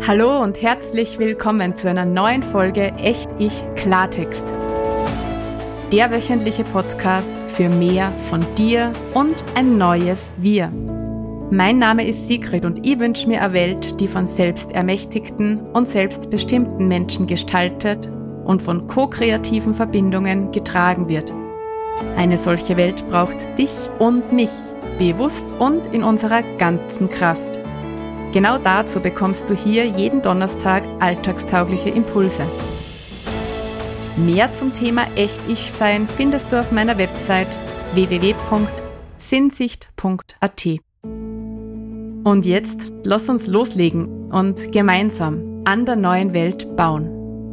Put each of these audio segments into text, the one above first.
Hallo und herzlich willkommen zu einer neuen Folge Echt Ich Klartext. Der wöchentliche Podcast für mehr von dir und ein neues Wir. Mein Name ist Sigrid und ich wünsche mir eine Welt, die von selbstermächtigten und selbstbestimmten Menschen gestaltet und von ko-kreativen Verbindungen getragen wird. Eine solche Welt braucht dich und mich, bewusst und in unserer ganzen Kraft. Genau dazu bekommst du hier jeden Donnerstag alltagstaugliche Impulse. Mehr zum Thema Echt-Ich-Sein findest du auf meiner Website www.sinnsicht.at. Und jetzt lass uns loslegen und gemeinsam an der neuen Welt bauen.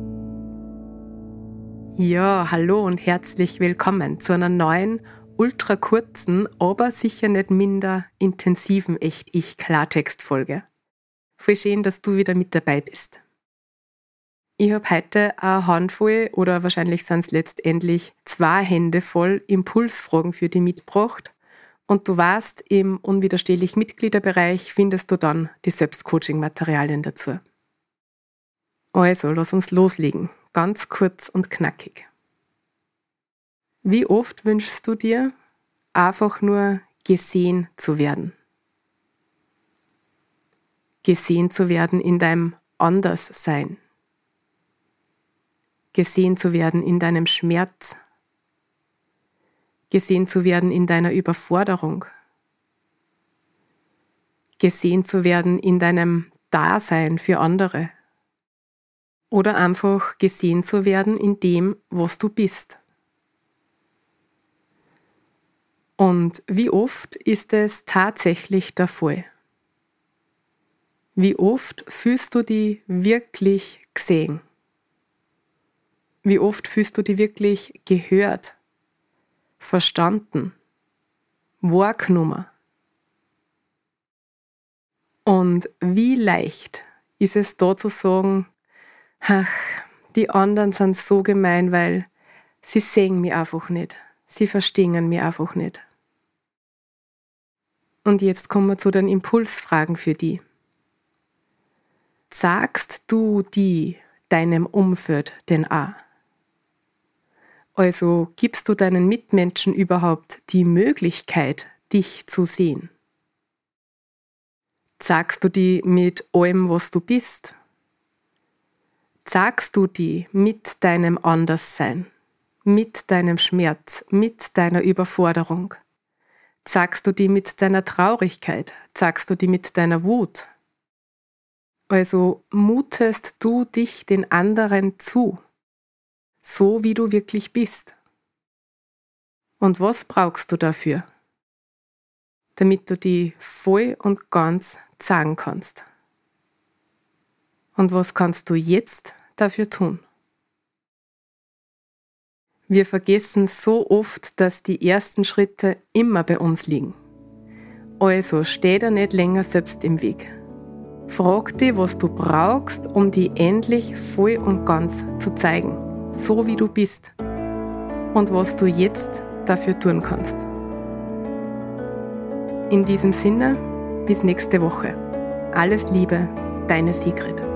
Ja, hallo und herzlich willkommen zu einer neuen, ultra kurzen, aber sicher nicht minder intensiven Echt-Ich-Klartext-Folge. Voll schön, dass du wieder mit dabei bist. Ich habe heute eine Handvoll oder wahrscheinlich sind es letztendlich 2 Hände voll Impulsfragen für dich mitgebracht. Und du weißt, im unwiderstehlich Mitgliederbereich findest du dann die Selbstcoaching-Materialien dazu. Also, lass uns loslegen. Ganz kurz und knackig. Wie oft wünschst du dir, einfach nur gesehen zu werden? Gesehen zu werden in deinem Anderssein. Gesehen zu werden in deinem Schmerz. Gesehen zu werden in deiner Überforderung. Gesehen zu werden in deinem Dasein für andere. Oder einfach gesehen zu werden in dem, was du bist. Und wie oft ist es tatsächlich der Fall? Wie oft fühlst du dich wirklich gesehen? Wie oft fühlst du dich wirklich gehört, verstanden, wahrgenommen? Und wie leicht ist es da zu sagen, ach, die anderen sind so gemein, weil sie sehen mich einfach nicht, sie verstehen mich einfach nicht. Und jetzt kommen wir zu den Impulsfragen für die. Sagst du die deinem Umfeld denn auch? Also gibst du deinen Mitmenschen überhaupt die Möglichkeit, dich zu sehen? Sagst du die mit allem, was du bist? Sagst du die mit deinem Anderssein, mit deinem Schmerz, mit deiner Überforderung? Sagst du die mit deiner Traurigkeit? Sagst du die mit deiner Wut? Also mutest du dich den anderen zu, so wie du wirklich bist. Und was brauchst du dafür, damit du die voll und ganz zeigen kannst? Und was kannst du jetzt dafür tun? Wir vergessen so oft, dass die ersten Schritte immer bei uns liegen. Also steh da nicht länger selbst im Weg. Frag dich, was du brauchst, um dich endlich voll und ganz zu zeigen, so wie du bist. Und was du jetzt dafür tun kannst. In diesem Sinne, bis nächste Woche. Alles Liebe, deine Sigrid.